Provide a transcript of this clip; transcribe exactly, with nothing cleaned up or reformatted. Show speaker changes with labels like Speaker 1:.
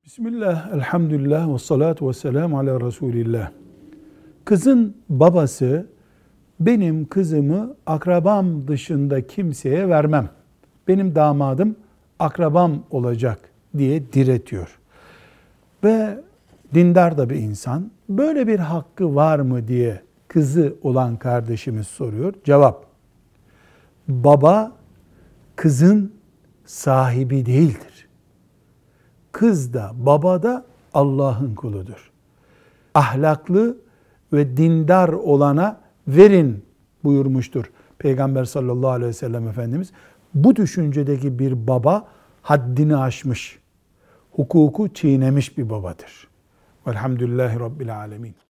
Speaker 1: Bismillah, elhamdülillah ve salatu ve selamu ala Resulillah. Kızın babası benim kızımı akrabam dışında kimseye vermem, benim damadım akrabam olacak diye diretiyor. Ve dindar da bir insan, böyle bir hakkı var mı diye kızı olan kardeşimiz soruyor. Cevap: baba kızın sahibi değildir. Kız da baba da Allah'ın kuludur. Ahlaklı ve dindar olana verin buyurmuştur Peygamber sallallahu aleyhi ve sellem Efendimiz. Bu düşüncedeki bir baba haddini aşmış, hukuku çiğnemiş bir babadır. Velhamdülillahi Rabbil alemin.